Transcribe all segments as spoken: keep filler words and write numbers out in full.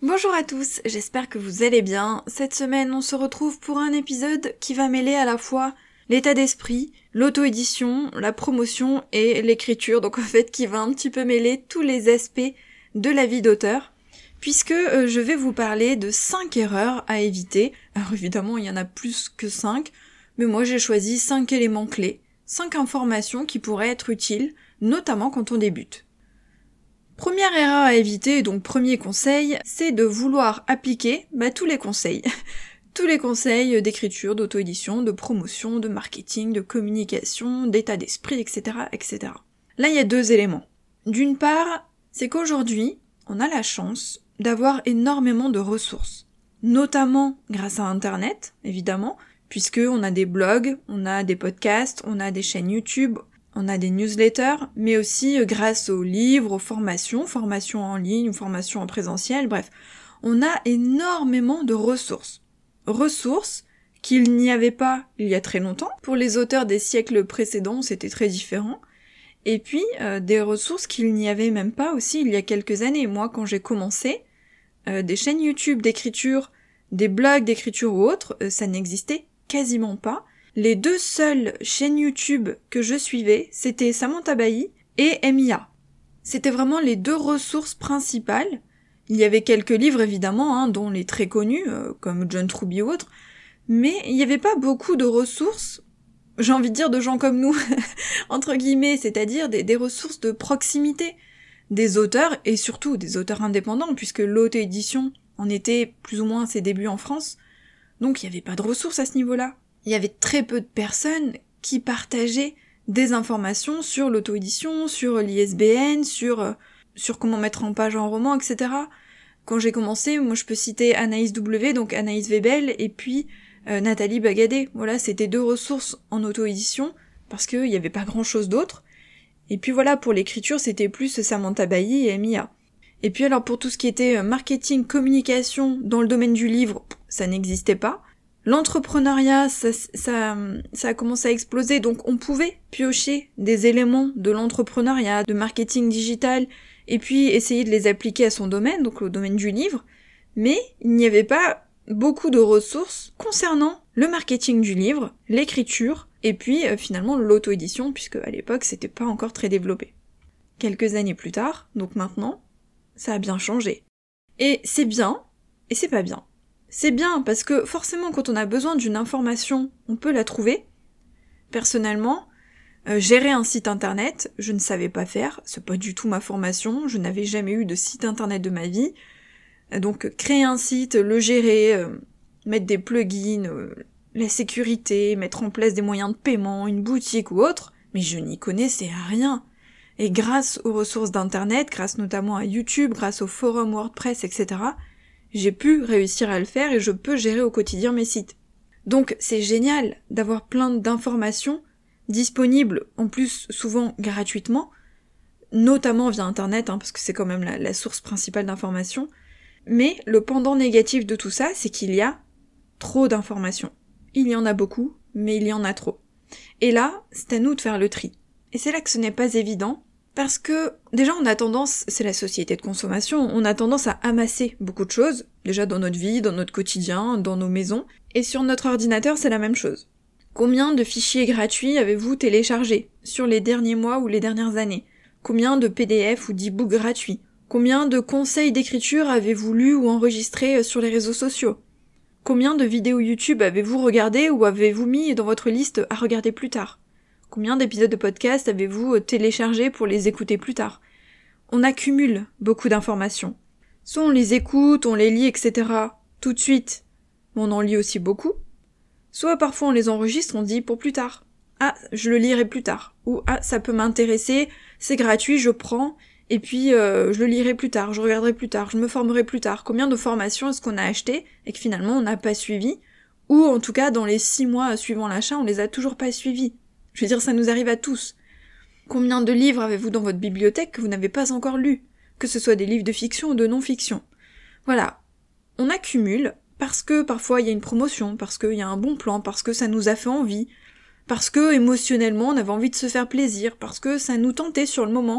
Bonjour à tous, j'espère que vous allez bien. Cette semaine, on se retrouve pour un épisode qui va mêler à la fois l'état d'esprit, l'auto-édition, la promotion et l'écriture, donc en fait qui va un petit peu mêler tous les aspects de la vie d'auteur, puisque euh, je vais vous parler de cinq erreurs à éviter. Alors évidemment, il y en a plus que cinq, mais moi j'ai choisi cinq éléments clés, cinq informations qui pourraient être utiles, notamment quand on débute. Première erreur à éviter, donc premier conseil, c'est de vouloir appliquer bah, tous les conseils. tous les conseils d'écriture, d'auto-édition, de promotion, de marketing, de communication, d'état d'esprit, et cetera, et cetera. Là, il y a deux éléments. D'une part, c'est qu'aujourd'hui, on a la chance d'avoir énormément de ressources. Notamment grâce à Internet, évidemment, puisque on a des blogs, on a des podcasts, on a des chaînes YouTube, on a des newsletters, mais aussi grâce aux livres, aux formations, formations en ligne ou formations en présentiel, bref. On a énormément de ressources. Ressources qu'il n'y avait pas il y a très longtemps. Pour les auteurs des siècles précédents, c'était très différent. Et puis, euh, des ressources qu'il n'y avait même pas aussi il y a quelques années. Moi, quand j'ai commencé, euh, des chaînes YouTube d'écriture, des blogs d'écriture ou autres, euh, ça n'existait quasiment pas. Les deux seules chaînes YouTube que je suivais, c'était Samantha Bailly et M I A. C'était vraiment les deux ressources principales. Il y avait quelques livres évidemment, hein, dont les très connus, euh, comme John Truby ou autres, mais il n'y avait pas beaucoup de ressources, j'ai envie de dire de gens comme nous, entre guillemets, c'est-à-dire des, des ressources de proximité, des auteurs, et surtout des auteurs indépendants, puisque l'auto-édition en était plus ou moins à ses débuts en France, donc il n'y avait pas de ressources à ce niveau-là. Il y avait très peu de personnes qui partageaient des informations sur l'auto-édition, sur l'I S B N, sur, euh, sur comment mettre en page un roman, et cetera. Quand j'ai commencé, moi je peux citer Anaïs W, donc Anaïs Webel, et puis euh, Nathalie Bagadé. Voilà, c'était deux ressources en auto-édition, parce qu'il n'y avait pas grand-chose d'autre. Et puis voilà, pour l'écriture, c'était plus Samantha Bailly et M I A. Et puis alors pour tout ce qui était marketing, communication, dans le domaine du livre, ça n'existait pas. L'entrepreneuriat, ça, ça, ça a commencé à exploser, donc on pouvait piocher des éléments de l'entrepreneuriat, de marketing digital, et puis essayer de les appliquer à son domaine, donc au domaine du livre, mais il n'y avait pas beaucoup de ressources concernant le marketing du livre, l'écriture, et puis euh, finalement l'auto-édition, puisque à l'époque c'était pas encore très développé. Quelques années plus tard, donc maintenant, ça a bien changé. Et c'est bien, et c'est pas bien. C'est bien parce que forcément quand on a besoin d'une information, on peut la trouver. Personnellement, euh, gérer un site internet, je ne savais pas faire, c'est pas du tout ma formation, je n'avais jamais eu de site internet de ma vie. Euh, donc créer un site, le gérer, euh, mettre des plugins, euh, la sécurité, mettre en place des moyens de paiement, une boutique ou autre, mais je n'y connaissais rien. Et grâce aux ressources d'internet, grâce notamment à YouTube, grâce aux forums WordPress, et cetera, j'ai pu réussir à le faire et je peux gérer au quotidien mes sites. Donc c'est génial d'avoir plein d'informations disponibles, en plus souvent gratuitement, notamment via internet, hein, parce que c'est quand même la, la source principale d'informations. Mais le pendant négatif de tout ça, c'est qu'il y a trop d'informations. Il y en a beaucoup, mais il y en a trop. Et là, c'est à nous de faire le tri. Et c'est là que ce n'est pas évident, parce que, déjà, on a tendance, c'est la société de consommation, on a tendance à amasser beaucoup de choses, déjà dans notre vie, dans notre quotidien, dans nos maisons, et sur notre ordinateur, c'est la même chose. Combien de fichiers gratuits avez-vous téléchargés sur les derniers mois ou les dernières années? Combien de P D F ou d'e-books gratuits? Combien de conseils d'écriture avez-vous lus ou enregistrés sur les réseaux sociaux? Combien de vidéos YouTube avez-vous regardées ou avez-vous mis dans votre liste à regarder plus tard? Combien d'épisodes de podcast avez-vous téléchargés pour les écouter plus tard? On accumule beaucoup d'informations. Soit on les écoute, on les lit, et cetera tout de suite, mais on en lit aussi beaucoup. Soit parfois on les enregistre, on dit pour plus tard. Ah, je le lirai plus tard. Ou ah, ça peut m'intéresser, c'est gratuit, je prends, et puis euh, je le lirai plus tard, je regarderai plus tard, je me formerai plus tard. Combien de formations est-ce qu'on a acheté et que finalement on n'a pas suivi? Ou en tout cas dans les six mois suivant l'achat, on les a toujours pas suivis. Je veux dire, ça nous arrive à tous. Combien de livres avez-vous dans votre bibliothèque que vous n'avez pas encore lus? Que ce soit des livres de fiction ou de non-fiction. Voilà. On accumule parce que parfois il y a une promotion, parce qu'il y a un bon plan, parce que ça nous a fait envie, parce que émotionnellement on avait envie de se faire plaisir, parce que ça nous tentait sur le moment,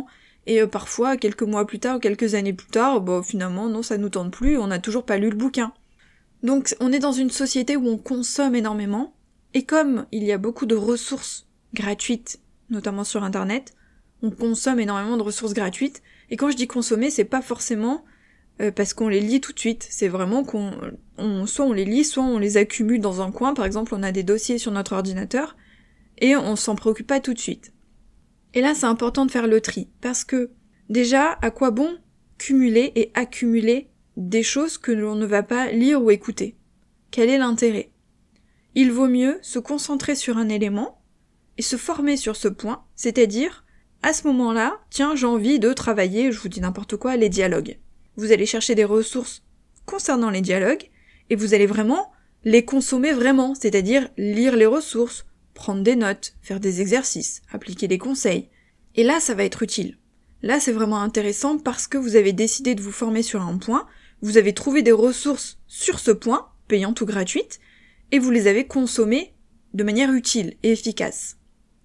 Et euh, parfois, quelques mois plus tard, quelques années plus tard, bon, finalement, non, ça nous tente plus, on n'a toujours pas lu le bouquin. Donc, on est dans une société où on consomme énormément, et comme il y a beaucoup de ressources gratuites, notamment sur Internet, on consomme énormément de ressources gratuites, et quand je dis consommer, c'est pas forcément euh, parce qu'on les lit tout de suite, c'est vraiment qu'on, on, soit on les lit, soit on les accumule dans un coin, par exemple, on a des dossiers sur notre ordinateur, et on s'en préoccupe pas tout de suite. Et là, c'est important de faire le tri, parce que, déjà, à quoi bon cumuler et accumuler des choses que l'on ne va pas lire ou écouter? Quel est l'intérêt? Il vaut mieux se concentrer sur un élément et se former sur ce point, c'est-à-dire, à ce moment-là, tiens, j'ai envie de travailler, je vous dis n'importe quoi, les dialogues. Vous allez chercher des ressources concernant les dialogues, et vous allez vraiment les consommer vraiment, c'est-à-dire lire les ressources, prendre des notes, faire des exercices, appliquer des conseils. Et là, ça va être utile. Là, c'est vraiment intéressant parce que vous avez décidé de vous former sur un point, vous avez trouvé des ressources sur ce point, payantes ou gratuites, et vous les avez consommées de manière utile et efficace.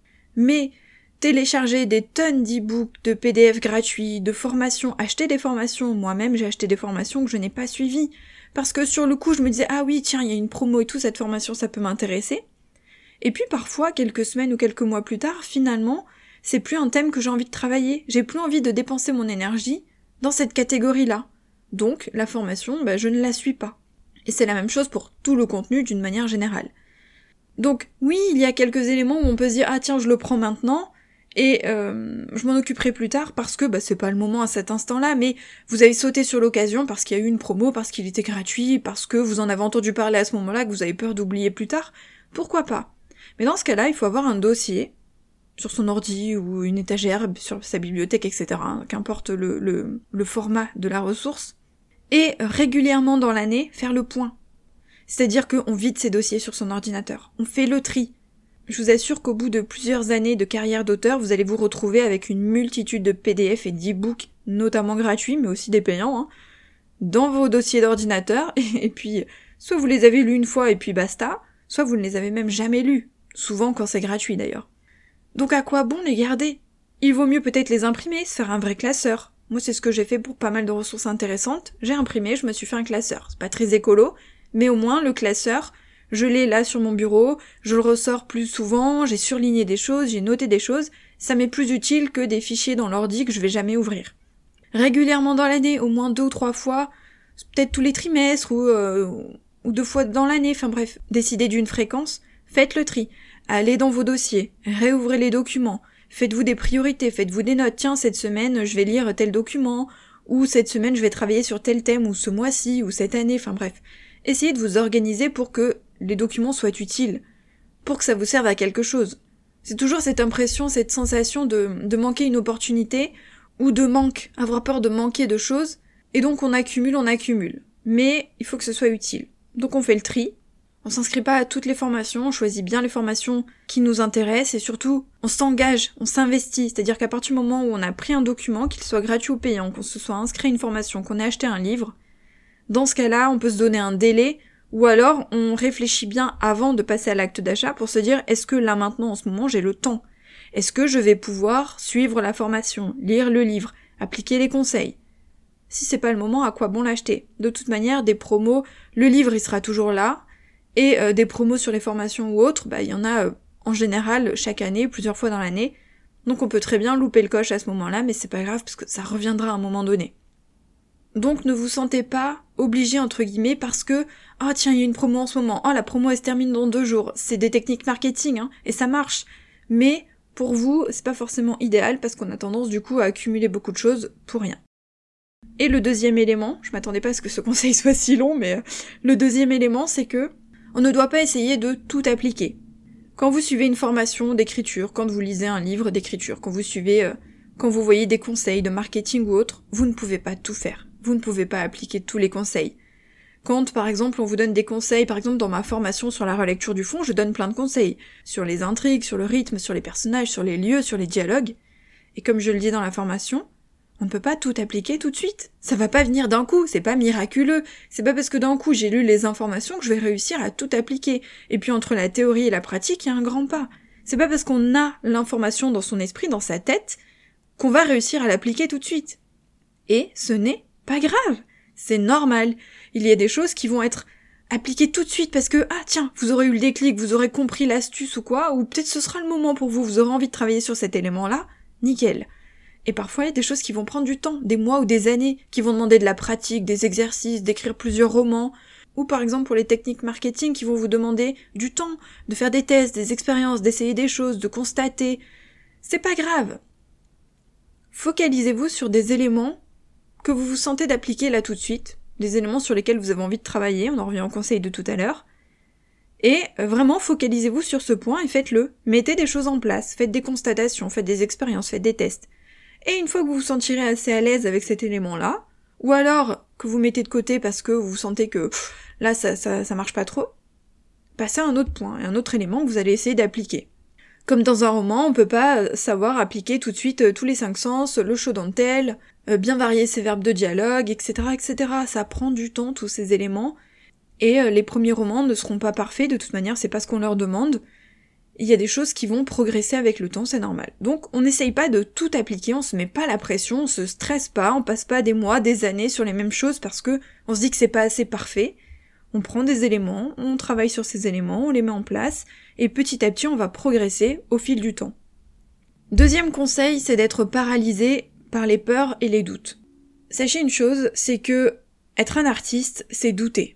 Mais télécharger des tonnes d'e-books, de P D F gratuits, de formations, acheter des formations, moi-même j'ai acheté des formations que je n'ai pas suivies, parce que sur le coup je me disais « Ah oui, tiens, il y a une promo et tout, cette formation ça peut m'intéresser ». Et puis parfois, quelques semaines ou quelques mois plus tard, finalement, c'est plus un thème que j'ai envie de travailler, j'ai plus envie de dépenser mon énergie dans cette catégorie-là. Donc, la formation, bah, je ne la suis pas. Et c'est la même chose pour tout le contenu d'une manière générale. Donc, oui, il y a quelques éléments où on peut se dire « Ah tiens, je le prends maintenant », et euh, je m'en occuperai plus tard parce que bah, c'est pas le moment à cet instant-là, mais vous avez sauté sur l'occasion parce qu'il y a eu une promo, parce qu'il était gratuit, parce que vous en avez entendu parler à ce moment-là, que vous avez peur d'oublier plus tard, pourquoi pas? Mais dans ce cas-là, il faut avoir un dossier sur son ordi ou une étagère sur sa bibliothèque, et cetera, hein, qu'importe le, le, le format de la ressource, et régulièrement dans l'année, faire le point. C'est-à-dire qu'on vide ses dossiers sur son ordinateur, on fait le tri. Je vous assure qu'au bout de plusieurs années de carrière d'auteur, vous allez vous retrouver avec une multitude de P D F et d'e-books, notamment gratuits, mais aussi des payants, hein, dans vos dossiers d'ordinateur, et, et puis, soit vous les avez lus une fois et puis basta, soit vous ne les avez même jamais lus, souvent quand c'est gratuit d'ailleurs. Donc à quoi bon les garder? Il vaut mieux peut-être les imprimer, se faire un vrai classeur. Moi c'est ce que j'ai fait pour pas mal de ressources intéressantes, j'ai imprimé, je me suis fait un classeur. C'est pas très écolo, mais au moins le classeur, je l'ai là sur mon bureau, je le ressors plus souvent, j'ai surligné des choses, j'ai noté des choses, ça m'est plus utile que des fichiers dans l'ordi que je vais jamais ouvrir. Régulièrement dans l'année, au moins deux ou trois fois, peut-être tous les trimestres ou, euh, ou deux fois dans l'année, enfin bref, décidez d'une fréquence, faites le tri. Allez dans vos dossiers, réouvrez les documents, faites-vous des priorités, faites-vous des notes, tiens cette semaine je vais lire tel document, ou cette semaine je vais travailler sur tel thème, ou ce mois-ci, ou cette année, enfin bref. Essayez de vous organiser pour que les documents soient utiles, pour que ça vous serve à quelque chose. C'est toujours cette impression, cette sensation de, de manquer une opportunité, ou de manque, avoir peur de manquer de choses, et donc on accumule, on accumule. Mais il faut que ce soit utile. Donc on fait le tri, on s'inscrit pas à toutes les formations, on choisit bien les formations qui nous intéressent, et surtout, on s'engage, on s'investit, c'est-à-dire qu'à partir du moment où on a pris un document, qu'il soit gratuit ou payant, qu'on se soit inscrit à une formation, qu'on ait acheté un livre, dans ce cas-là, on peut se donner un délai, ou alors on réfléchit bien avant de passer à l'acte d'achat pour se dire est-ce que là maintenant en ce moment j'ai le temps? Est-ce que je vais pouvoir suivre la formation, lire le livre, appliquer les conseils? Si c'est pas le moment, à quoi bon l'acheter? De toute manière, des promos, le livre il sera toujours là, et euh, des promos sur les formations ou autres, bah il y en a euh, en général chaque année, plusieurs fois dans l'année, donc on peut très bien louper le coche à ce moment-là, mais c'est pas grave parce que ça reviendra à un moment donné. Donc ne vous sentez pas obligé entre guillemets parce que « Oh tiens, il y a une promo en ce moment, oh la promo elle se termine dans deux jours », c'est des techniques marketing, hein, et ça marche. Mais pour vous, c'est pas forcément idéal parce qu'on a tendance du coup à accumuler beaucoup de choses pour rien. Et le deuxième élément, je m'attendais pas à ce que ce conseil soit si long, mais le deuxième élément c'est que on ne doit pas essayer de tout appliquer. Quand vous suivez une formation d'écriture, quand vous lisez un livre d'écriture, quand vous suivez, euh, quand vous voyez des conseils de marketing ou autre, vous ne pouvez pas tout faire. Vous ne pouvez pas appliquer tous les conseils. Quand, par exemple, on vous donne des conseils, par exemple, dans ma formation sur la relecture du fond, je donne plein de conseils. Sur les intrigues, sur le rythme, sur les personnages, sur les lieux, sur les dialogues. Et comme je le dis dans la formation, on ne peut pas tout appliquer tout de suite. Ça va pas venir d'un coup, c'est pas miraculeux. C'est pas parce que d'un coup j'ai lu les informations que je vais réussir à tout appliquer. Et puis entre la théorie et la pratique, il y a un grand pas. C'est pas parce qu'on a l'information dans son esprit, dans sa tête, qu'on va réussir à l'appliquer tout de suite. Et ce n'est pas grave, c'est normal. Il y a des choses qui vont être appliquées tout de suite parce que, ah tiens, vous aurez eu le déclic, vous aurez compris l'astuce ou quoi, ou peut-être ce sera le moment pour vous, vous aurez envie de travailler sur cet élément-là, nickel. Et parfois, il y a des choses qui vont prendre du temps, des mois ou des années, qui vont demander de la pratique, des exercices, d'écrire plusieurs romans, ou par exemple pour les techniques marketing qui vont vous demander du temps, de faire des tests, des expériences, d'essayer des choses, de constater. C'est pas grave. Focalisez-vous sur des éléments que vous vous sentez d'appliquer là tout de suite, des éléments sur lesquels vous avez envie de travailler, on en revient au conseil de tout à l'heure, et vraiment focalisez-vous sur ce point et faites-le. Mettez des choses en place, faites des constatations, faites des expériences, faites des tests. Et une fois que vous vous sentirez assez à l'aise avec cet élément-là, ou alors que vous mettez de côté parce que vous sentez que pff, là ça, ça, ça marche pas trop, passez à un autre point, un autre élément que vous allez essayer d'appliquer. Comme dans un roman, on peut pas savoir appliquer tout de suite euh, tous les cinq sens, le show don't tell, euh, bien varier ses verbes de dialogue, et cetera, et cetera. Ça prend du temps, tous ces éléments, et euh, les premiers romans ne seront pas parfaits, de toute manière, c'est pas ce qu'on leur demande. Il y a des choses qui vont progresser avec le temps, c'est normal. Donc on n'essaye pas de tout appliquer, on se met pas la pression, on se stresse pas, on passe pas des mois, des années sur les mêmes choses parce que on se dit que c'est pas assez parfait. On prend des éléments, on travaille sur ces éléments, on les met en place, et petit à petit on va progresser au fil du temps. Deuxième conseil, c'est d'être paralysé par les peurs et les doutes. Sachez une chose, c'est que être un artiste, c'est douter.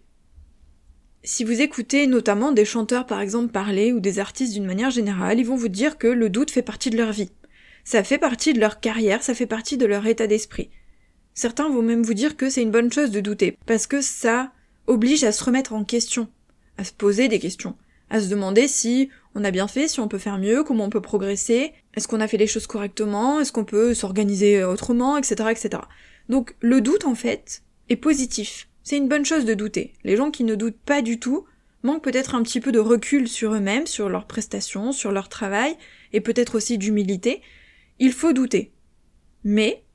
Si vous écoutez notamment des chanteurs par exemple parler ou des artistes d'une manière générale, ils vont vous dire que le doute fait partie de leur vie. Ça fait partie de leur carrière, ça fait partie de leur état d'esprit. Certains vont même vous dire que c'est une bonne chose de douter, parce que ça oblige à se remettre en question, à se poser des questions, à se demander si on a bien fait, si on peut faire mieux, comment on peut progresser, est-ce qu'on a fait les choses correctement, est-ce qu'on peut s'organiser autrement, et cetera, et cetera. Donc le doute en fait est positif. C'est une bonne chose de douter. Les gens qui ne doutent pas du tout manquent peut-être un petit peu de recul sur eux-mêmes, sur leurs prestations, sur leur travail, et peut-être aussi d'humilité. Il faut douter. Mais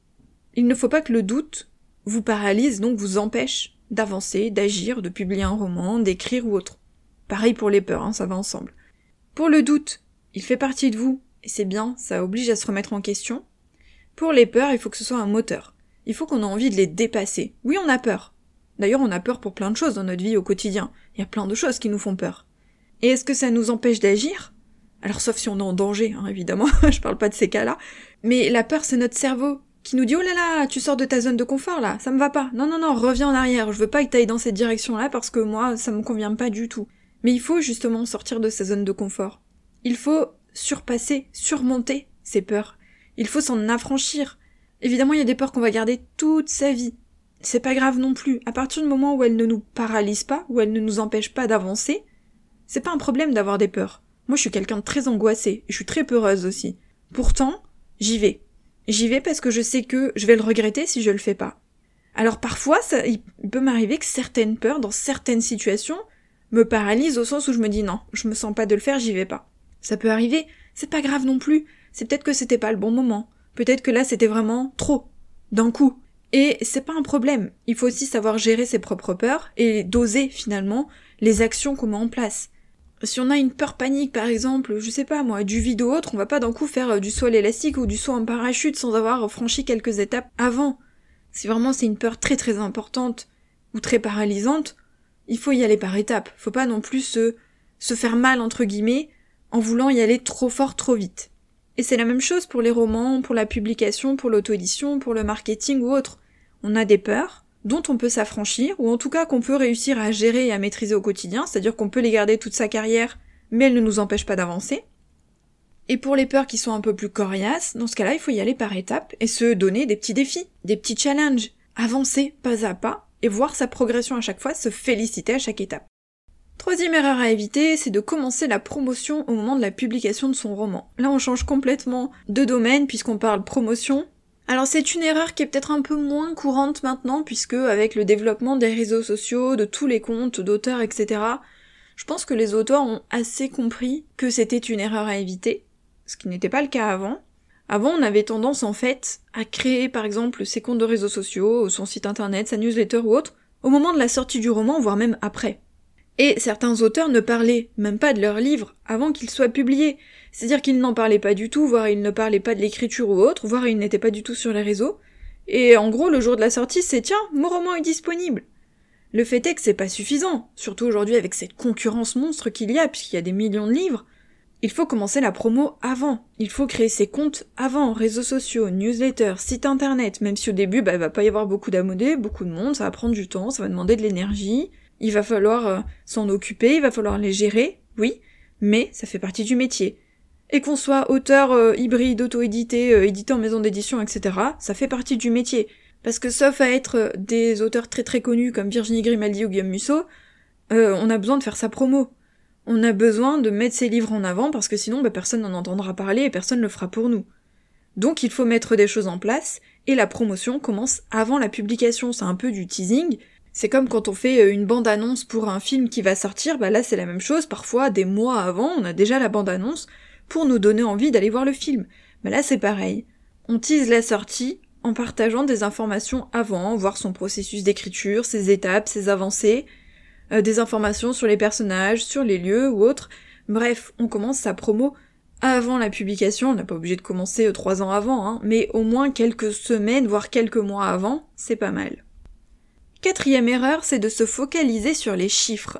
il ne faut pas que le doute vous paralyse, donc vous empêche d'avancer, d'agir, de publier un roman, d'écrire ou autre. Pareil pour les peurs, hein, ça va ensemble. Pour le doute, il fait partie de vous, et c'est bien, ça oblige à se remettre en question. Pour les peurs, il faut que ce soit un moteur. Il faut qu'on ait envie de les dépasser. Oui, on a peur. D'ailleurs, on a peur pour plein de choses dans notre vie au quotidien. Il y a plein de choses qui nous font peur. Et est-ce que ça nous empêche d'agir ? Alors, sauf si on est en danger, hein, évidemment, je parle pas de ces cas-là. Mais la peur, c'est notre cerveau qui nous dit « Oh là là, tu sors de ta zone de confort, là, ça me va pas. Non, non, non, reviens en arrière, je veux pas que t'ailles dans cette direction-là parce que moi, ça me convient pas du tout. » Mais il faut justement sortir de sa zone de confort. Il faut surpasser, surmonter ces peurs. Il faut s'en affranchir. Évidemment, il y a des peurs qu'on va garder toute sa vie. C'est pas grave non plus. À partir du moment où elles ne nous paralysent pas, où elles ne nous empêchent pas d'avancer, c'est pas un problème d'avoir des peurs. Moi, je suis quelqu'un de très angoissé, et je suis très peureuse aussi. Pourtant, j'y vais. J'y vais parce que je sais que je vais le regretter si je le fais pas. Alors parfois, ça, il peut m'arriver que certaines peurs, dans certaines situations, me paralysent au sens où je me dis non, je me sens pas de le faire, j'y vais pas. Ça peut arriver, c'est pas grave non plus. C'est peut-être que c'était pas le bon moment. Peut-être que là, c'était vraiment trop. D'un coup. Et c'est pas un problème. Il faut aussi savoir gérer ses propres peurs et doser, finalement, les actions qu'on met en place. Si on a une peur panique, par exemple, je sais pas moi, du vide ou autre, on va pas d'un coup faire du saut à l'élastique ou du saut en parachute sans avoir franchi quelques étapes avant. Si vraiment c'est une peur très très importante ou très paralysante, il faut y aller par étapes. Faut pas non plus se, se faire mal, entre guillemets, en voulant y aller trop fort, trop vite. Et c'est la même chose pour les romans, pour la publication, pour l'auto-édition, pour le marketing ou autre. On a des peurs dont on peut s'affranchir, ou en tout cas qu'on peut réussir à gérer et à maîtriser au quotidien, c'est-à-dire qu'on peut les garder toute sa carrière, mais elles ne nous empêchent pas d'avancer. Et pour les peurs qui sont un peu plus coriaces, dans ce cas-là, il faut y aller par étapes et se donner des petits défis, des petits challenges, avancer pas à pas, et voir sa progression à chaque fois, se féliciter à chaque étape. Troisième erreur à éviter, c'est de commencer la promotion au moment de la publication de son roman. Là, on change complètement de domaine puisqu'on parle promotion. Alors c'est une erreur qui est peut-être un peu moins courante maintenant, puisque avec le développement des réseaux sociaux, de tous les comptes d'auteurs, et cetera, je pense que les auteurs ont assez compris que c'était une erreur à éviter, ce qui n'était pas le cas avant. Avant, on avait tendance en fait à créer par exemple ses comptes de réseaux sociaux, son site internet, sa newsletter ou autre, au moment de la sortie du roman, voire même après. Et certains auteurs ne parlaient même pas de leurs livres avant qu'ils soient publiés. C'est-à-dire qu'ils n'en parlaient pas du tout, voire ils ne parlaient pas de l'écriture ou autre, voire ils n'étaient pas du tout sur les réseaux. Et en gros, le jour de la sortie, c'est « Tiens, mon roman est disponible !» Le fait est que c'est pas suffisant, surtout aujourd'hui avec cette concurrence monstre qu'il y a, puisqu'il y a des millions de livres. Il faut commencer la promo avant. Il faut créer ses comptes avant, réseaux sociaux, newsletters, site internet, même si au début, bah, il va pas y avoir beaucoup d'abonnés, beaucoup de monde, ça va prendre du temps, ça va demander de l'énergie, il va falloir euh, s'en occuper, il va falloir les gérer, oui, mais ça fait partie du métier. Et qu'on soit auteur euh, hybride, auto-édité, euh, édité en maison d'édition, et cetera, ça fait partie du métier. Parce que sauf à être euh, des auteurs très très connus comme Virginie Grimaldi ou Guillaume Musso, euh, on a besoin de faire sa promo. On a besoin de mettre ses livres en avant parce que sinon bah, personne n'en entendra parler et personne ne le fera pour nous. Donc il faut mettre des choses en place et la promotion commence avant la publication, c'est un peu du teasing. C'est comme quand on fait une bande-annonce pour un film qui va sortir, bah là c'est la même chose, parfois des mois avant on a déjà la bande-annonce pour nous donner envie d'aller voir le film. Bah là c'est pareil, on tease la sortie en partageant des informations avant, voir son processus d'écriture, ses étapes, ses avancées, Euh, des informations sur les personnages, sur les lieux ou autres. Bref, on commence sa promo avant la publication, on n'est pas obligé de commencer euh, trois ans avant, hein, mais au moins quelques semaines, voire quelques mois avant, c'est pas mal. Quatrième erreur, c'est de se focaliser sur les chiffres.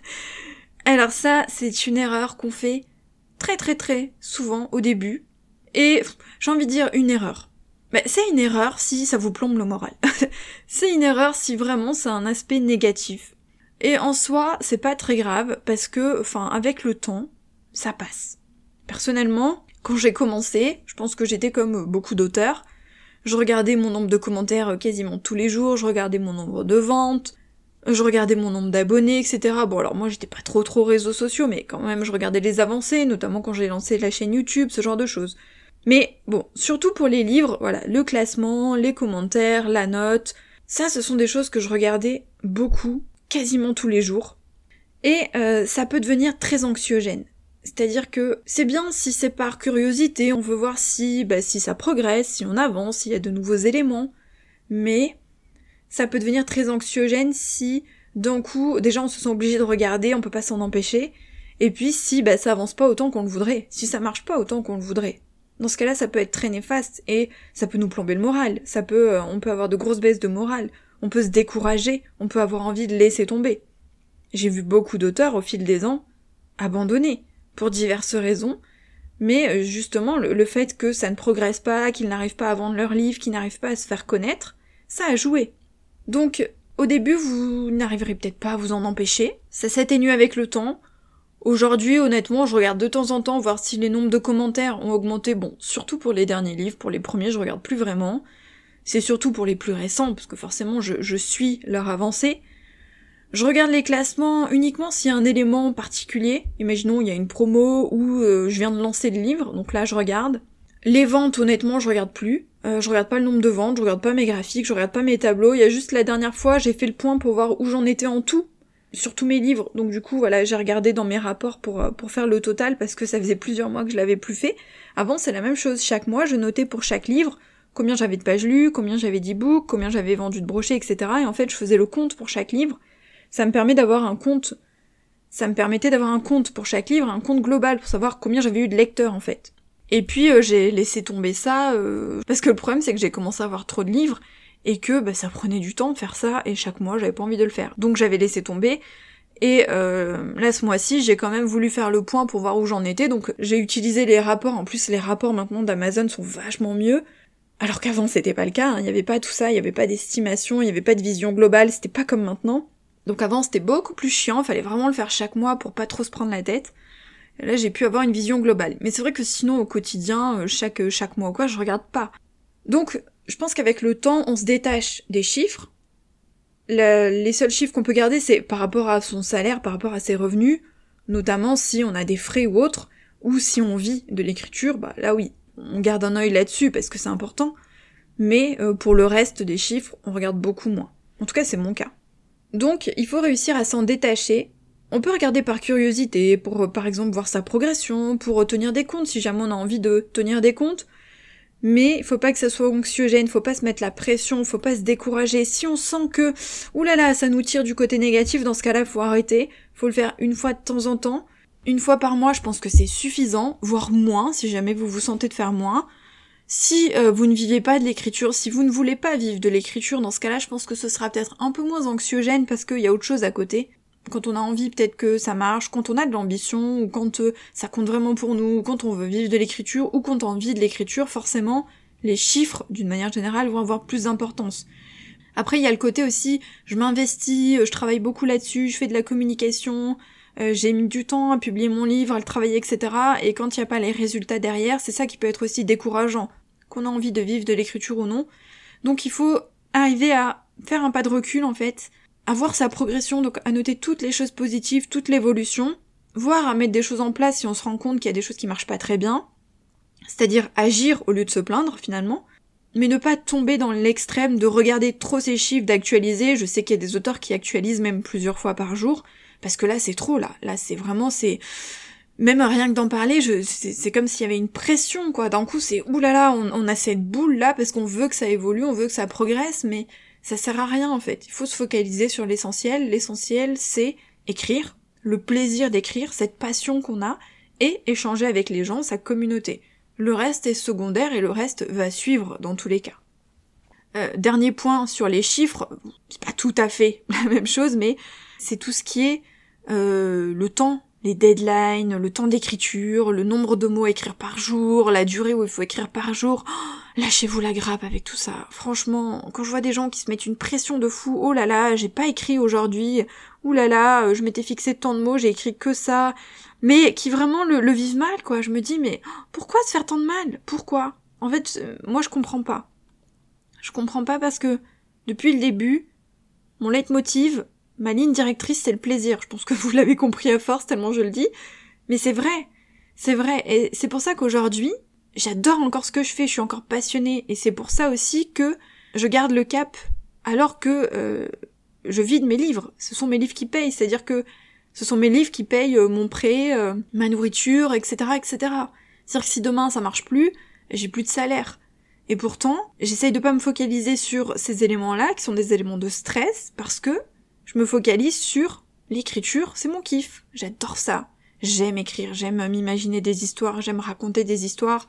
Alors ça, c'est une erreur qu'on fait très très très souvent au début, et j'ai envie de dire une erreur. Mais c'est une erreur si ça vous plombe le moral. C'est une erreur si vraiment c'est un aspect négatif. Et en soi, c'est pas très grave, parce que, enfin, avec le temps, ça passe. Personnellement, quand j'ai commencé, je pense que j'étais comme beaucoup d'auteurs, je regardais mon nombre de commentaires quasiment tous les jours, je regardais mon nombre de ventes, je regardais mon nombre d'abonnés, et cetera. Bon, alors moi, j'étais pas trop trop réseaux sociaux, mais quand même, je regardais les avancées, notamment quand j'ai lancé la chaîne YouTube, ce genre de choses. Mais bon, surtout pour les livres, voilà, le classement, les commentaires, la note, ça, ce sont des choses que je regardais beaucoup, quasiment tous les jours, et euh, ça peut devenir très anxiogène. C'est-à-dire que c'est bien si c'est par curiosité, on veut voir si, bah, si ça progresse, si on avance, s'il y a de nouveaux éléments, mais ça peut devenir très anxiogène si, d'un coup, déjà on se sent obligé de regarder, on peut pas s'en empêcher, et puis si bah, ça avance pas autant qu'on le voudrait, si ça marche pas autant qu'on le voudrait. Dans ce cas-là, ça peut être très néfaste, et ça peut nous plomber le moral, ça peut, euh, on peut avoir de grosses baisses de morale, on peut se décourager, on peut avoir envie de laisser tomber. J'ai vu beaucoup d'auteurs, au fil des ans, abandonner, pour diverses raisons, mais justement, le, le fait que ça ne progresse pas, qu'ils n'arrivent pas à vendre leurs livres, qu'ils n'arrivent pas à se faire connaître, ça a joué. Donc, au début, vous n'arriverez peut-être pas à vous en empêcher, ça s'atténue avec le temps. Aujourd'hui, honnêtement, je regarde de temps en temps voir si les nombres de commentaires ont augmenté, bon, surtout pour les derniers livres, pour les premiers, je regarde plus vraiment. C'est surtout pour les plus récents, parce que forcément je, je suis leur avancée. Je regarde les classements uniquement s'il y a un élément particulier. Imaginons, il y a une promo où euh, je viens de lancer le livre, donc là je regarde. Les ventes, honnêtement, je regarde plus. Euh, je regarde pas le nombre de ventes, je regarde pas mes graphiques, je regarde pas mes tableaux. Il y a juste la dernière fois, j'ai fait le point pour voir où j'en étais en tout, sur tous mes livres. Donc du coup, voilà, j'ai regardé dans mes rapports pour, pour faire le total, parce que ça faisait plusieurs mois que je l'avais plus fait. Avant, c'est la même chose. Chaque mois, je notais pour chaque livre combien j'avais de pages lues, combien j'avais d'e-books, combien j'avais vendu de brochets, et cetera. Et en fait, je faisais le compte pour chaque livre. Ça me permet d'avoir un compte, ça me permettait d'avoir un compte pour chaque livre, un compte global pour savoir combien j'avais eu de lecteurs, en fait. Et puis, euh, j'ai laissé tomber ça, euh, parce que le problème, c'est que j'ai commencé à avoir trop de livres, et que, bah, ça prenait du temps de faire ça, et chaque mois, j'avais pas envie de le faire. Donc, j'avais laissé tomber, et euh, là, ce mois-ci, j'ai quand même voulu faire le point pour voir où j'en étais, donc j'ai utilisé les rapports. En plus, les rapports, maintenant, d'Amazon sont vachement mieux. Alors qu'avant c'était pas le cas, hein. Il y avait pas tout ça, il y avait pas d'estimation, il y avait pas de vision globale, c'était pas comme maintenant. Donc avant c'était beaucoup plus chiant, fallait vraiment le faire chaque mois pour pas trop se prendre la tête. Et là j'ai pu avoir une vision globale. Mais c'est vrai que sinon au quotidien, chaque, chaque mois ou quoi, je regarde pas. Donc je pense qu'avec le temps, on se détache des chiffres. Le, les seuls chiffres qu'on peut garder, c'est par rapport à son salaire, par rapport à ses revenus, notamment si on a des frais ou autres, ou si on vit de l'écriture, bah là oui. On garde un œil là-dessus parce que c'est important, mais euh, pour le reste des chiffres, on regarde beaucoup moins. En tout cas, c'est mon cas. Donc, il faut réussir à s'en détacher. On peut regarder par curiosité, pour euh, par exemple voir sa progression, pour tenir des comptes, si jamais on a envie de tenir des comptes. mais il faut pas que ça soit anxiogène, faut pas se mettre la pression, faut pas se décourager. Si on sent que, oulala, ça nous tire du côté négatif, dans ce cas-là, faut arrêter. Faut le faire une fois de temps en temps. Une fois par mois, je pense que c'est suffisant, voire moins, si jamais vous vous sentez de faire moins. Si euh, vous ne vivez pas de l'écriture, si vous ne voulez pas vivre de l'écriture, dans ce cas-là, je pense que ce sera peut-être un peu moins anxiogène parce qu'il y a autre chose à côté. Quand on a envie, peut-être que ça marche, quand on a de l'ambition, ou quand euh, ça compte vraiment pour nous, ou quand on veut vivre de l'écriture, ou quand on vit de l'écriture, forcément, les chiffres, d'une manière générale, vont avoir plus d'importance. Après, il y a le côté aussi, je m'investis, je travaille beaucoup là-dessus, je fais de la communication, euh, j'ai mis du temps à publier mon livre, à le travailler, et cetera. Et quand il n'y a pas les résultats derrière, c'est ça qui peut être aussi décourageant, qu'on a envie de vivre de l'écriture ou non. Donc il faut arriver à faire un pas de recul, en fait, à voir sa progression, donc à noter toutes les choses positives, toute l'évolution, voire à mettre des choses en place si on se rend compte qu'il y a des choses qui marchent pas très bien, c'est-à-dire agir au lieu de se plaindre finalement, mais ne pas tomber dans l'extrême de regarder trop ses chiffres, d'actualiser. Je sais qu'il y a des auteurs qui actualisent même plusieurs fois par jour, parce que là c'est trop, là, là c'est vraiment, c'est... Même rien que d'en parler, je, c'est, c'est comme s'il y avait une pression, quoi. D'un coup, c'est oulala, on, on a cette boule-là parce qu'on veut que ça évolue, on veut que ça progresse, mais ça sert à rien, en fait. Il faut se focaliser sur l'essentiel. L'essentiel, c'est écrire, le plaisir d'écrire, cette passion qu'on a, et échanger avec les gens, sa communauté. Le reste est secondaire et le reste va suivre dans tous les cas. Euh, dernier point sur les chiffres, c'est pas tout à fait la même chose, mais c'est tout ce qui est euh, le temps, les deadlines, le temps d'écriture, le nombre de mots à écrire par jour, la durée où il faut écrire par jour. Oh, lâchez-vous la grappe avec tout ça. Franchement, quand je vois des gens qui se mettent une pression de fou, oh là là, j'ai pas écrit aujourd'hui, ouh là là, je m'étais fixé tant de mots, j'ai écrit que ça, mais qui vraiment le, le vivent mal, quoi. Je me dis, mais pourquoi se faire tant de mal? Pourquoi? En fait, euh, moi je comprends pas. Je comprends pas parce que, depuis le début, mon leitmotiv, ma ligne directrice, c'est le plaisir. Je pense que vous l'avez compris à force, tellement je le dis. Mais c'est vrai. C'est vrai. Et c'est pour ça qu'aujourd'hui, j'adore encore ce que je fais. Je suis encore passionnée. Et c'est pour ça aussi que je garde le cap alors que euh, je vis de mes livres. Ce sont mes livres qui payent. C'est-à-dire que ce sont mes livres qui payent euh, mon prêt, euh, ma nourriture, et cetera, et cetera. C'est-à-dire que si demain ça marche plus, j'ai plus de salaire. Et pourtant, j'essaye de pas me focaliser sur ces éléments-là, qui sont des éléments de stress, parce que je me focalise sur l'écriture, c'est mon kiff. J'adore ça. J'aime écrire, j'aime m'imaginer des histoires, j'aime raconter des histoires.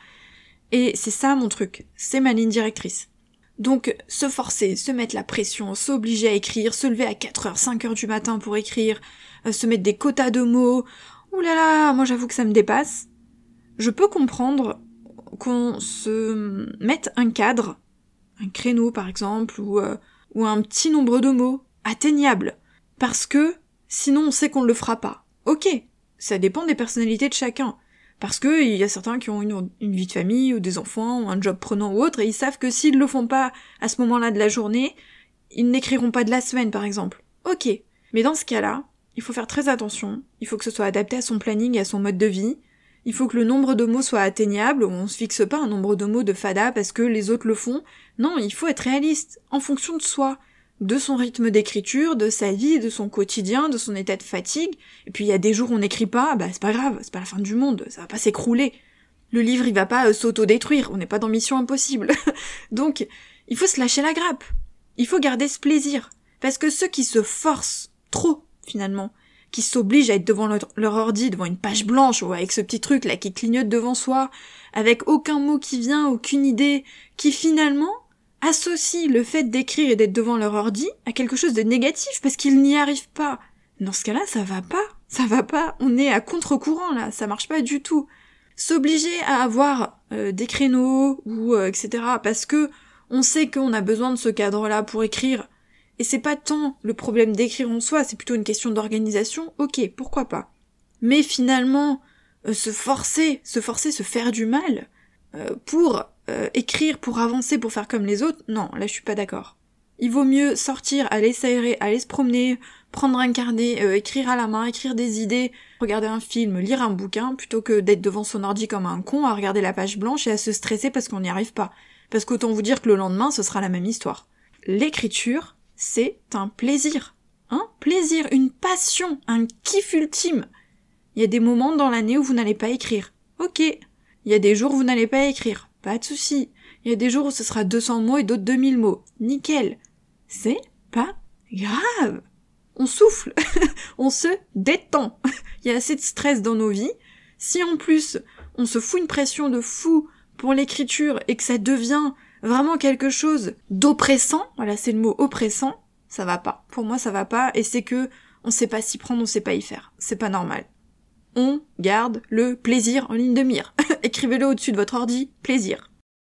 Et c'est ça mon truc. C'est ma ligne directrice. Donc, se forcer, se mettre la pression, s'obliger à écrire, se lever à quatre heures, cinq heures du matin pour écrire, euh, se mettre des quotas de mots. Ouh là là, moi j'avoue que ça me dépasse. Je peux comprendre qu'on se mette un cadre, un créneau par exemple, ou, euh, ou un petit nombre de mots, atteignable, parce que sinon on sait qu'on ne le fera pas. Ok, ça dépend des personnalités de chacun, parce que il y a certains qui ont une, une vie de famille, ou des enfants, ou un job prenant ou autre, et ils savent que s'ils le font pas à ce moment-là de la journée, ils n'écriront pas de la semaine par exemple. Ok, mais dans ce cas-là, il faut faire très attention, il faut que ce soit adapté à son planning et à son mode de vie, il faut que le nombre de mots soit atteignable, on se fixe pas un nombre de mots de fada parce que les autres le font, non, il faut être réaliste, en fonction de soi, de son rythme d'écriture, de sa vie, de son quotidien, de son état de fatigue. Et puis il y a des jours où on n'écrit pas, bah c'est pas grave, c'est pas la fin du monde, ça va pas s'écrouler. Le livre il va pas euh, s'auto-détruire, on n'est pas dans Mission Impossible. Donc il faut se lâcher la grappe. Il faut garder ce plaisir. Parce que ceux qui se forcent trop, finalement, qui s'obligent à être devant leur, leur ordi, devant une page blanche, ou avec ce petit truc là qui clignote devant soi, avec aucun mot qui vient, aucune idée, qui finalement associent le fait d'écrire et d'être devant leur ordi à quelque chose de négatif parce qu'ils n'y arrivent pas. Dans ce cas-là, ça va pas. Ça va pas. On est à contre-courant, là. Ça marche pas du tout. S'obliger à avoir euh, des créneaux ou euh, et cetera parce que on sait qu'on a besoin de ce cadre-là pour écrire. Et c'est pas tant le problème d'écrire en soi, c'est plutôt une question d'organisation. Ok, pourquoi pas. Mais finalement, euh, se forcer, se forcer, se faire du mal euh, pour Euh, écrire pour avancer, pour faire comme les autres, non, là je suis pas d'accord. Il vaut mieux sortir, aller s'aérer, aller se promener, prendre un carnet, euh, écrire à la main, écrire des idées, regarder un film, lire un bouquin, plutôt que d'être devant son ordi comme un con, à regarder la page blanche et à se stresser parce qu'on n'y arrive pas. Parce qu'autant vous dire que le lendemain, ce sera la même histoire. L'écriture, c'est un plaisir. Un plaisir, une passion, un kiff ultime. Il y a des moments dans l'année où vous n'allez pas écrire. Ok. Il y a des jours où vous n'allez pas écrire. Pas de souci. Il y a des jours où ce sera deux cents mots et d'autres deux mille mots. Nickel. C'est pas grave. On souffle. On se détend. Il y a assez de stress dans nos vies. Si en plus, on se fout une pression de fou pour l'écriture et que ça devient vraiment quelque chose d'oppressant, voilà, c'est le mot oppressant, ça va pas. Pour moi, ça va pas, et c'est que on sait pas s'y prendre, on sait pas y faire. C'est pas normal. On garde le plaisir en ligne de mire. Écrivez-le au-dessus de votre ordi, plaisir.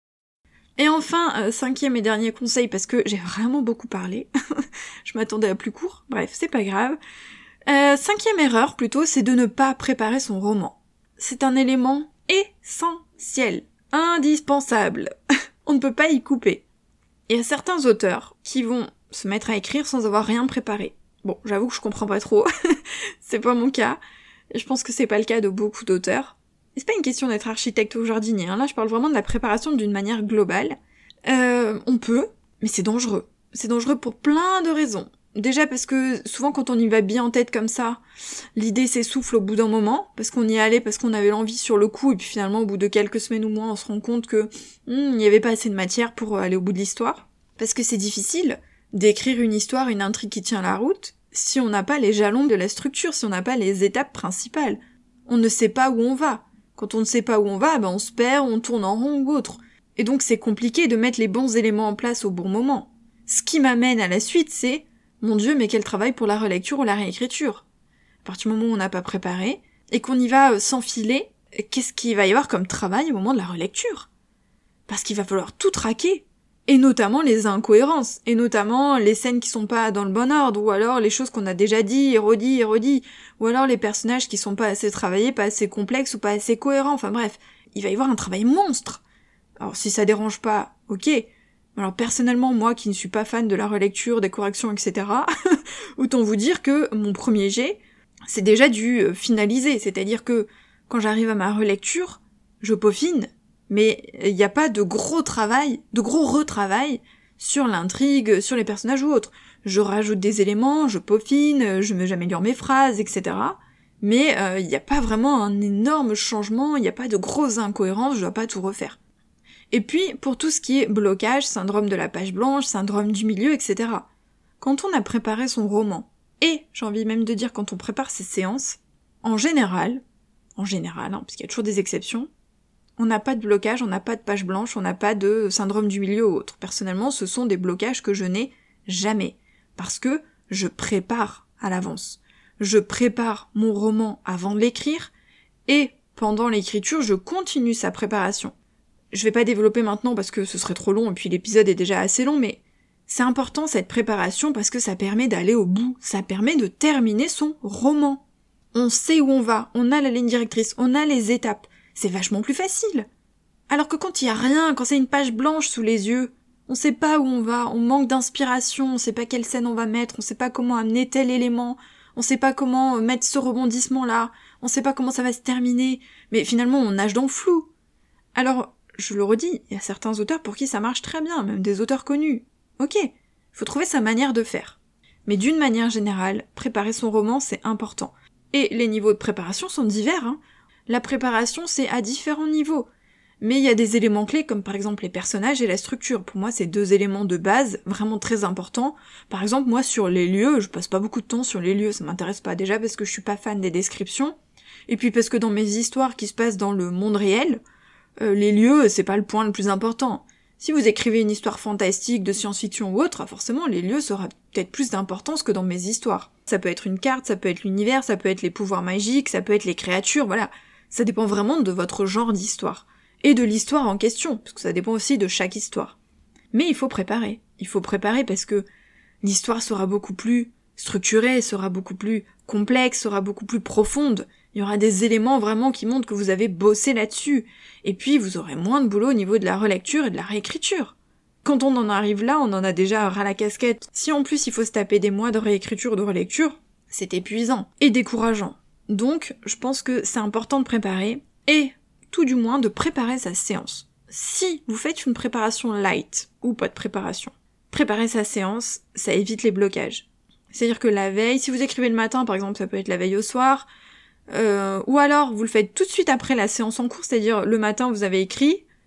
Et enfin, euh, cinquième et dernier conseil, parce que j'ai vraiment beaucoup parlé. Je m'attendais à plus court. Bref, c'est pas grave. Euh, cinquième erreur, plutôt, c'est de ne pas préparer son roman. C'est un élément essentiel, indispensable. On ne peut pas y couper. Il y a certains auteurs qui vont se mettre à écrire sans avoir rien préparé. Bon, j'avoue que je comprends pas trop. C'est pas mon cas. Et je pense que c'est pas le cas de beaucoup d'auteurs. Et c'est pas une question d'être architecte ou jardinier, hein. Là je parle vraiment de la préparation d'une manière globale. Euh, on peut, mais c'est dangereux. C'est dangereux pour plein de raisons. Déjà parce que souvent quand on y va bien en tête comme ça, l'idée s'essouffle au bout d'un moment, parce qu'on y allait, parce qu'on avait l'envie sur le coup, et puis finalement au bout de quelques semaines ou mois on se rend compte que hmm, il n'y avait pas assez de matière pour aller au bout de l'histoire. Parce que c'est difficile d'écrire une histoire, une intrigue qui tient la route, si on n'a pas les jalons de la structure, si on n'a pas les étapes principales. On ne sait pas où on va. Quand on ne sait pas où on va, ben on se perd, on tourne en rond ou autre. Et donc c'est compliqué de mettre les bons éléments en place au bon moment. Ce qui m'amène à la suite, c'est mon Dieu, mais quel travail pour la relecture ou la réécriture. À partir du moment où on n'a pas préparé, et qu'on y va s'enfiler, qu'est-ce qu'il va y avoir comme travail au moment de la relecture? Parce qu'il va falloir tout traquer. Et notamment les incohérences, et notamment les scènes qui sont pas dans le bon ordre, ou alors les choses qu'on a déjà dit, et redit, et redit, ou alors les personnages qui sont pas assez travaillés, pas assez complexes, ou pas assez cohérents, enfin bref, il va y avoir un travail monstre. Alors si ça dérange pas, ok. Alors personnellement, moi qui ne suis pas fan de la relecture, des corrections, et cetera, autant vous dire que mon premier jet, c'est déjà du finaliser, c'est-à-dire que quand j'arrive à ma relecture, je peaufine, mais il n'y a pas de gros travail, de gros retravail sur l'intrigue, sur les personnages ou autres. Je rajoute des éléments, je peaufine, je j'améliore mes phrases, et cetera. Mais il euh, n'y a pas vraiment un énorme changement, il n'y a pas de grosses incohérences, je dois pas tout refaire. Et puis, pour tout ce qui est blocage, syndrome de la page blanche, syndrome du milieu, et cetera. Quand on a préparé son roman, et j'ai envie même de dire quand on prépare ses séances, en général, en général, hein, parce qu'il y a toujours des exceptions, on n'a pas de blocage, on n'a pas de page blanche, on n'a pas de syndrome du milieu ou autre. Personnellement, ce sont des blocages que je n'ai jamais. Parce que je prépare à l'avance. Je prépare mon roman avant de l'écrire, et pendant l'écriture, je continue sa préparation. Je vais pas développer maintenant parce que ce serait trop long, et puis l'épisode est déjà assez long, mais c'est important cette préparation parce que ça permet d'aller au bout, ça permet de terminer son roman. On sait où on va, on a la ligne directrice, on a les étapes. C'est vachement plus facile. Alors que quand il y a rien, quand c'est une page blanche sous les yeux, on sait pas où on va, on manque d'inspiration, on sait pas quelle scène on va mettre, on sait pas comment amener tel élément, on sait pas comment mettre ce rebondissement-là, on sait pas comment ça va se terminer, mais finalement on nage dans le flou. Alors, je le redis, il y a certains auteurs pour qui ça marche très bien, même des auteurs connus. Ok, faut trouver sa manière de faire. Mais d'une manière générale, préparer son roman, c'est important. Et les niveaux de préparation sont divers, hein. La préparation, c'est à différents niveaux. Mais il y a des éléments clés, comme par exemple les personnages et la structure. Pour moi, c'est deux éléments de base, vraiment très importants. Par exemple, moi, sur les lieux, je passe pas beaucoup de temps sur les lieux, ça m'intéresse pas. Déjà parce que je suis pas fan des descriptions, et puis parce que dans mes histoires qui se passent dans le monde réel, euh, les lieux, c'est pas le point le plus important. Si vous écrivez une histoire fantastique, de science-fiction ou autre, forcément, les lieux seraient peut-être plus d'importance que dans mes histoires. Ça peut être une carte, ça peut être l'univers, ça peut être les pouvoirs magiques, ça peut être les créatures, voilà. Ça dépend vraiment de votre genre d'histoire. Et de l'histoire en question, parce que ça dépend aussi de chaque histoire. Mais il faut préparer. Il faut préparer parce que l'histoire sera beaucoup plus structurée, sera beaucoup plus complexe, sera beaucoup plus profonde. Il y aura des éléments vraiment qui montrent que vous avez bossé là-dessus. Et puis vous aurez moins de boulot au niveau de la relecture et de la réécriture. Quand on en arrive là, on en a déjà ras la casquette. Si en plus il faut se taper des mois de réécriture ou de relecture, c'est épuisant et décourageant. Donc, je pense que c'est important de préparer, et tout du moins de préparer sa séance. Si vous faites une préparation light, ou pas de préparation, préparer sa séance, ça évite les blocages. C'est-à-dire que la veille, si vous écrivez le matin, par exemple, ça peut être la veille au soir, euh, ou alors vous le faites tout de suite après la séance en cours, c'est-à-dire le matin vous avez écrit,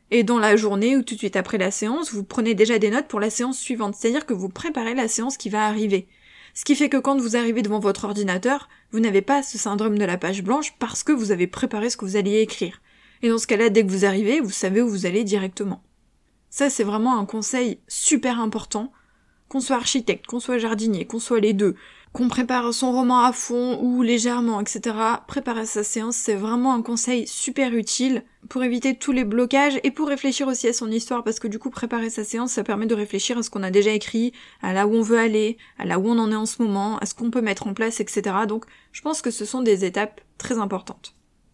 Et dans la journée ou tout de suite après la séance, vous prenez déjà des notes pour la séance suivante, c'est-à-dire que vous préparez la séance qui va arriver. Ce qui fait que quand vous arrivez devant votre ordinateur, vous n'avez pas ce syndrome de la page blanche parce que vous avez préparé ce que vous alliez écrire. Et dans ce cas-là, dès que vous arrivez, vous savez où vous allez directement. Ça, c'est vraiment un conseil super important. Qu'on soit architecte, qu'on soit jardinier, qu'on soit les deux, qu'on prépare son roman à fond ou légèrement, et cetera. Préparer sa séance, c'est vraiment un conseil super utile pour éviter tous les blocages et pour réfléchir aussi à son histoire, parce que du coup, préparer sa séance, ça permet de réfléchir à ce qu'on a déjà écrit, à là où on veut aller, à là où on en est en ce moment, à ce qu'on peut mettre en place, et cetera. Donc, je pense que ce sont des étapes très importantes.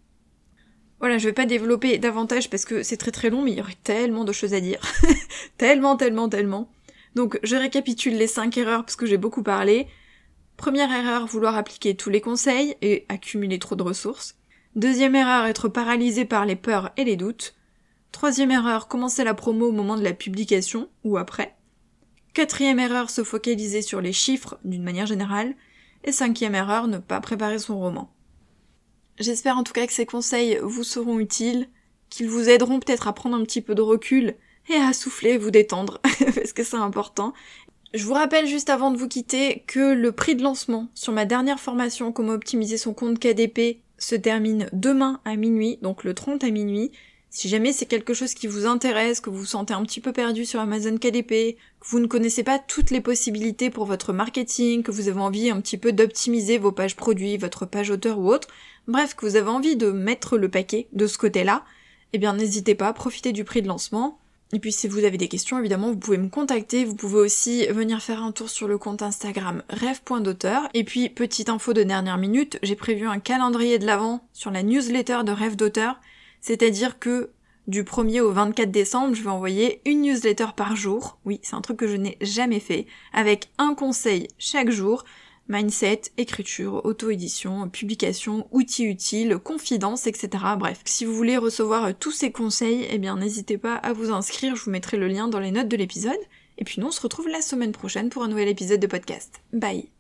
Voilà, je vais pas développer davantage parce que c'est très très long, mais il y aurait tellement de choses à dire. tellement, tellement, tellement. Donc, je récapitule les cinq erreurs parce que j'ai beaucoup parlé. Première erreur, vouloir appliquer tous les conseils et accumuler trop de ressources. Deuxième erreur, être paralysé par les peurs et les doutes. Troisième erreur, commencer la promo au moment de la publication ou après. Quatrième erreur, se focaliser sur les chiffres d'une manière générale. Et cinquième erreur, ne pas préparer son roman. J'espère en tout cas que ces conseils vous seront utiles, qu'ils vous aideront peut-être à prendre un petit peu de recul et à souffler, vous détendre, parce que c'est important. Je vous rappelle juste avant de vous quitter que le prix de lancement sur ma dernière formation Comment optimiser son compte K D P se termine demain à minuit, donc le trente à minuit. Si jamais c'est quelque chose qui vous intéresse, que vous vous sentez un petit peu perdu sur Amazon K D P, que vous ne connaissez pas toutes les possibilités pour votre marketing, que vous avez envie un petit peu d'optimiser vos pages produits, votre page auteur ou autre, bref, que vous avez envie de mettre le paquet de ce côté-là, eh bien n'hésitez pas, profitez du prix de lancement. Et puis si vous avez des questions, évidemment, vous pouvez me contacter, vous pouvez aussi venir faire un tour sur le compte Instagram rêve point d'auteur. Et puis, petite info de dernière minute, j'ai prévu un calendrier de l'Avent sur la newsletter de Rêve d'auteur, c'est-à-dire que du premier au vingt-quatre décembre, je vais envoyer une newsletter par jour, oui, c'est un truc que je n'ai jamais fait, avec un conseil chaque jour, mindset, écriture, auto-édition, publication, outils utiles, confidence, et cetera. Bref, si vous voulez recevoir tous ces conseils, eh bien n'hésitez pas à vous inscrire, je vous mettrai le lien dans les notes de l'épisode. Et puis nous, on se retrouve la semaine prochaine pour un nouvel épisode de podcast. Bye!